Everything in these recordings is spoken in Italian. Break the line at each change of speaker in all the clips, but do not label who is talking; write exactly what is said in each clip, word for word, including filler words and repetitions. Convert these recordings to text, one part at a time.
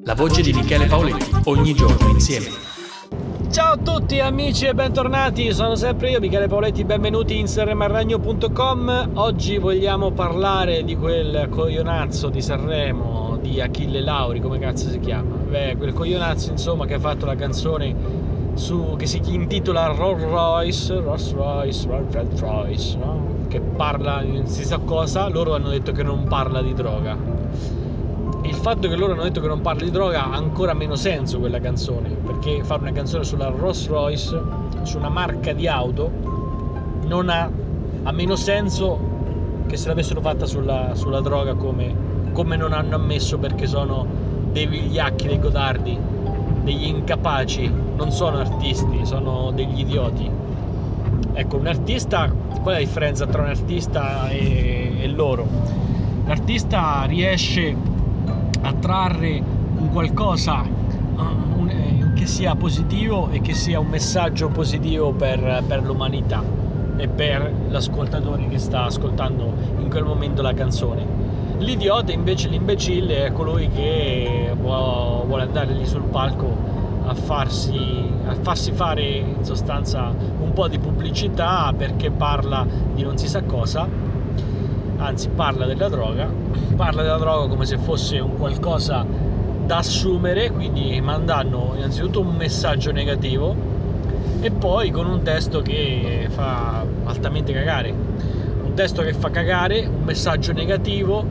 La voce di Michele Paoletti, ogni giorno insieme.
Ciao a tutti amici e bentornati, sono sempre io Michele Paoletti, benvenuti in sanremaragno punto com. Oggi vogliamo parlare di quel coglionazzo di Sanremo, di Achille Lauri, come cazzo si chiama? Beh, quel coglionazzo insomma che ha fatto la canzone su, che si intitola Rolls Royce, Rolls Royce, Rolls Royce, no? Che parla di non si sa cosa. Loro hanno detto che non parla di droga. Il fatto che loro hanno detto che non parla di droga ha ancora meno senso quella canzone, perché fare una canzone sulla Rolls Royce, su una marca di auto, non ha, ha meno senso che se l'avessero fatta sulla, sulla droga, come, come non hanno ammesso, perché sono dei vigliacchi, dei codardi, degli incapaci, non sono artisti, sono degli idioti. Ecco, un artista, qual è la differenza tra un artista e, e loro? L'artista riesce a trarre un qualcosa un, eh, che sia positivo e che sia un messaggio positivo per, per l'umanità e per l'ascoltatore che sta ascoltando in quel momento la canzone. L'idiota invece, l'imbecille, è colui che può, vuole andare lì sul palco a farsi, a farsi fare in sostanza un po' di pubblicità, perché parla di non si sa cosa. Anzi, parla della droga, parla della droga come se fosse un qualcosa da assumere, quindi mandando innanzitutto un messaggio negativo e poi con un testo che fa altamente cagare, un testo che fa cagare, un messaggio negativo,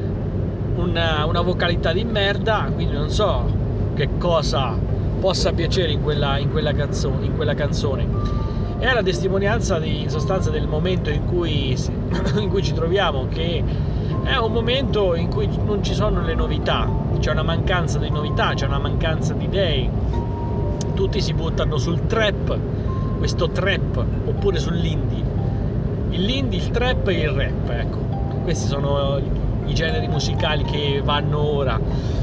una, una vocalità di merda, quindi non so che cosa possa piacere in quella, in quella canzone, in quella canzone. È la testimonianza di, in sostanza del momento in cui, in cui ci troviamo, che è un momento in cui non ci sono le novità, c'è una mancanza di novità, c'è una mancanza di idee, tutti si buttano sul trap, questo trap, oppure sull'indie, l'indie, il trap e il rap, ecco, questi sono i generi musicali che vanno ora.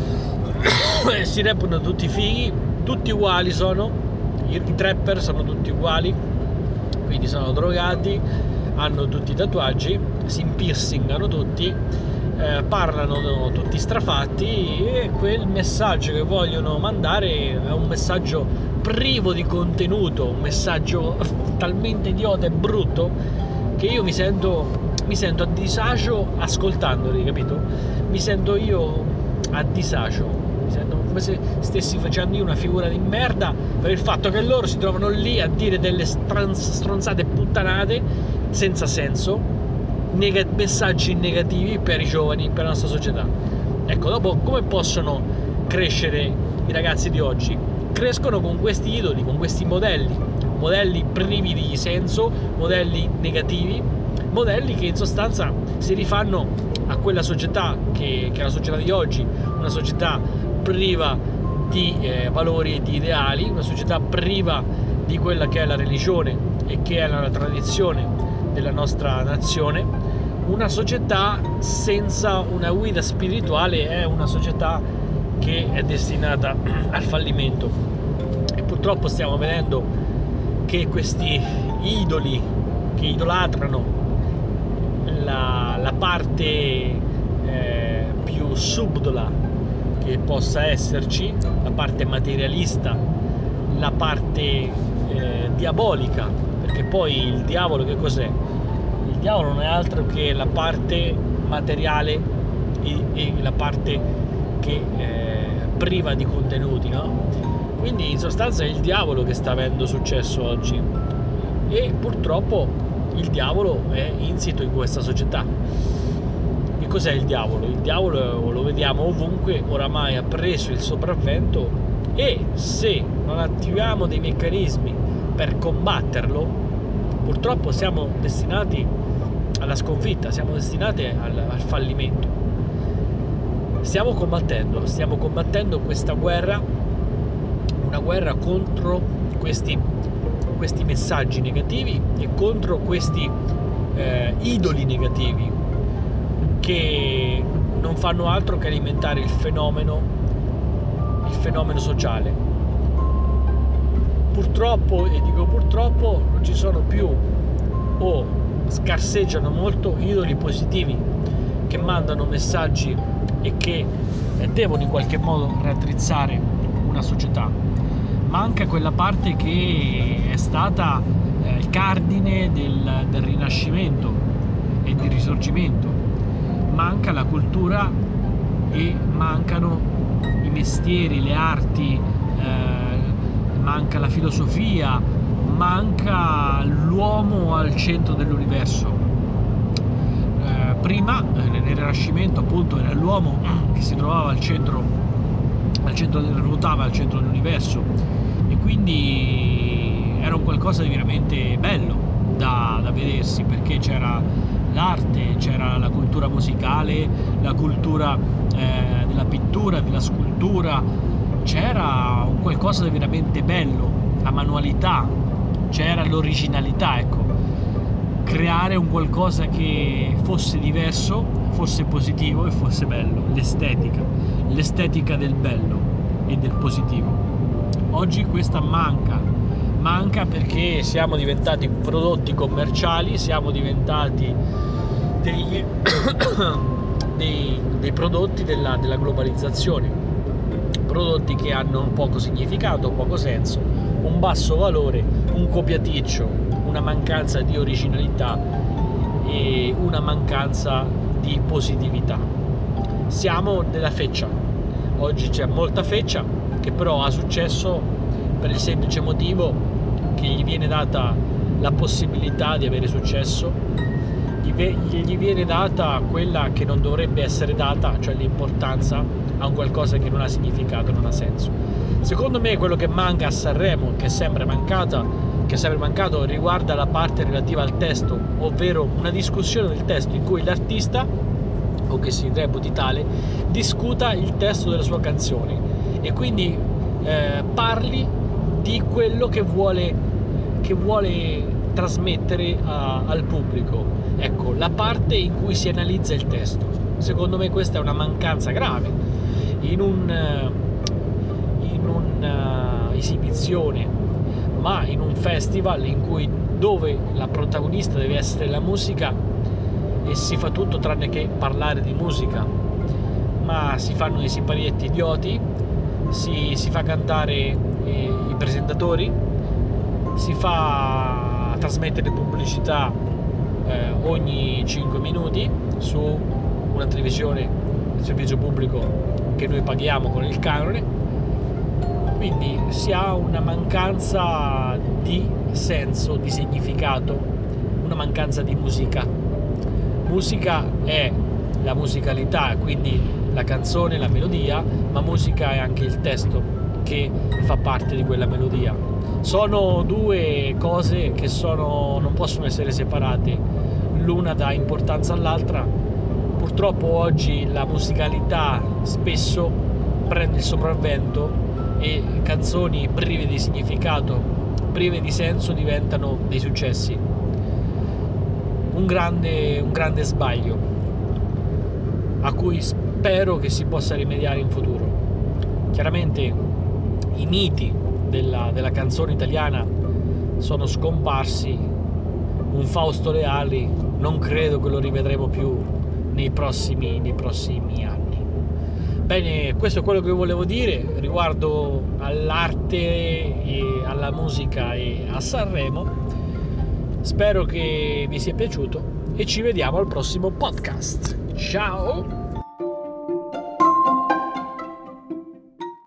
Si rappano tutti fighi, tutti uguali sono, i, i trapper sono tutti uguali, quindi sono drogati, hanno tutti i tatuaggi, si piercingano tutti, eh, parlano tutti strafatti, e quel messaggio che vogliono mandare è un messaggio privo di contenuto, un messaggio talmente idiota e brutto che io mi sento, mi sento a disagio ascoltandoli, capito? Mi sento io a disagio. Mi sento come se stessi facendo io una figura di merda per il fatto che loro si trovano lì a dire delle strans- stronzate puttanate senza senso, neg- messaggi negativi per i giovani, per la nostra società. Ecco, dopo come possono crescere i ragazzi di oggi? Crescono con questi idoli, con questi modelli, modelli privi di senso, modelli negativi, modelli che in sostanza si rifanno a quella società che, che è la società di oggi, una società priva di eh, valori e di ideali, una società priva di quella che è la religione e che è la tradizione della nostra nazione. Una società senza una guida spirituale è una società che è destinata al fallimento, e purtroppo stiamo vedendo che questi idoli che idolatrano la, la parte eh, più subdola che possa esserci, la parte materialista, la parte eh, diabolica, perché poi il diavolo che cos'è? Il diavolo non è altro che la parte materiale e, e la parte che eh, priva di contenuti, no? Quindi in sostanza è il diavolo che sta avendo successo oggi, e purtroppo il diavolo è insito in questa società. Cos'è il diavolo? Il diavolo lo vediamo ovunque, oramai ha preso il sopravvento, e se non attiviamo dei meccanismi per combatterlo, purtroppo siamo destinati alla sconfitta, siamo destinati al, al fallimento. Stiamo combattendo, stiamo combattendo questa guerra, una guerra contro questi, questi messaggi negativi e contro questi eh, idoli negativi, che non fanno altro che alimentare il fenomeno, il fenomeno sociale. Purtroppo, e dico purtroppo, non ci sono più, o scarseggiano molto, idoli positivi che mandano messaggi e che devono in qualche modo raddrizzare una società. Manca quella parte che è stata eh, il cardine del, del Rinascimento e del Risorgimento. Manca la cultura e mancano i mestieri, le arti, eh, manca la filosofia, manca l'uomo al centro dell'universo. Eh, prima, nel Rinascimento, appunto, era l'uomo che si trovava al centro, al centro ruotava al centro dell'universo, e quindi era un qualcosa di veramente bello da, da vedersi, perché c'era l'arte, c'era la cultura musicale, la cultura eh, della pittura, della scultura, c'era un qualcosa di veramente bello, la manualità, c'era l'originalità, ecco, creare un qualcosa che fosse diverso, fosse positivo e fosse bello, l'estetica, l'estetica del bello e del positivo. Oggi questa manca, manca perché siamo diventati prodotti commerciali, siamo diventati degli, dei, dei prodotti della, della globalizzazione, prodotti che hanno poco significato, poco senso, un basso valore, un copiaticcio, una mancanza di originalità e una mancanza di positività. Siamo nella feccia, oggi c'è molta feccia che però ha successo per il semplice motivo che gli viene data la possibilità di avere successo, gli viene data quella che non dovrebbe essere data, cioè l'importanza a un qualcosa che non ha significato, non ha senso. Secondo me quello che manca a Sanremo, che è sempre mancata, che è sempre mancato, riguarda la parte relativa al testo, ovvero una discussione del testo in cui l'artista, o che si reputi tale, discuta il testo della sua canzone e quindi eh, parli di quello che vuole, che vuole trasmettere a, al pubblico. Ecco, la parte in cui si analizza il testo. Secondo me questa è una mancanza grave in un in una esibizione, ma in un festival in cui dove la protagonista deve essere la musica e si fa tutto tranne che parlare di musica, ma si fanno dei siparietti idioti, si, si fa cantare eh, i presentatori, si fa trasmettere pubblicità eh, ogni cinque minuti su una televisione, il servizio pubblico che noi paghiamo con il canone. Quindi si ha una mancanza di senso, di significato, una mancanza di musica. Musica è la musicalità, quindi la canzone, la melodia, ma musica è anche il testo che fa parte di quella melodia. Sono due cose che sono, non possono essere separate, l'una dà importanza all'altra. Purtroppo oggi la musicalità spesso prende il sopravvento e canzoni prive di significato, prive di senso diventano dei successi. Un grande, un grande sbaglio a cui spero che si possa rimediare in futuro. Chiaramente i miti della, della canzone italiana sono scomparsi, un Fausto Leali non credo che lo rivedremo più nei prossimi, nei prossimi anni. Bene, questo è quello che volevo dire riguardo all'arte e alla musica e a Sanremo. Spero che vi sia piaciuto e ci vediamo al prossimo podcast. Ciao!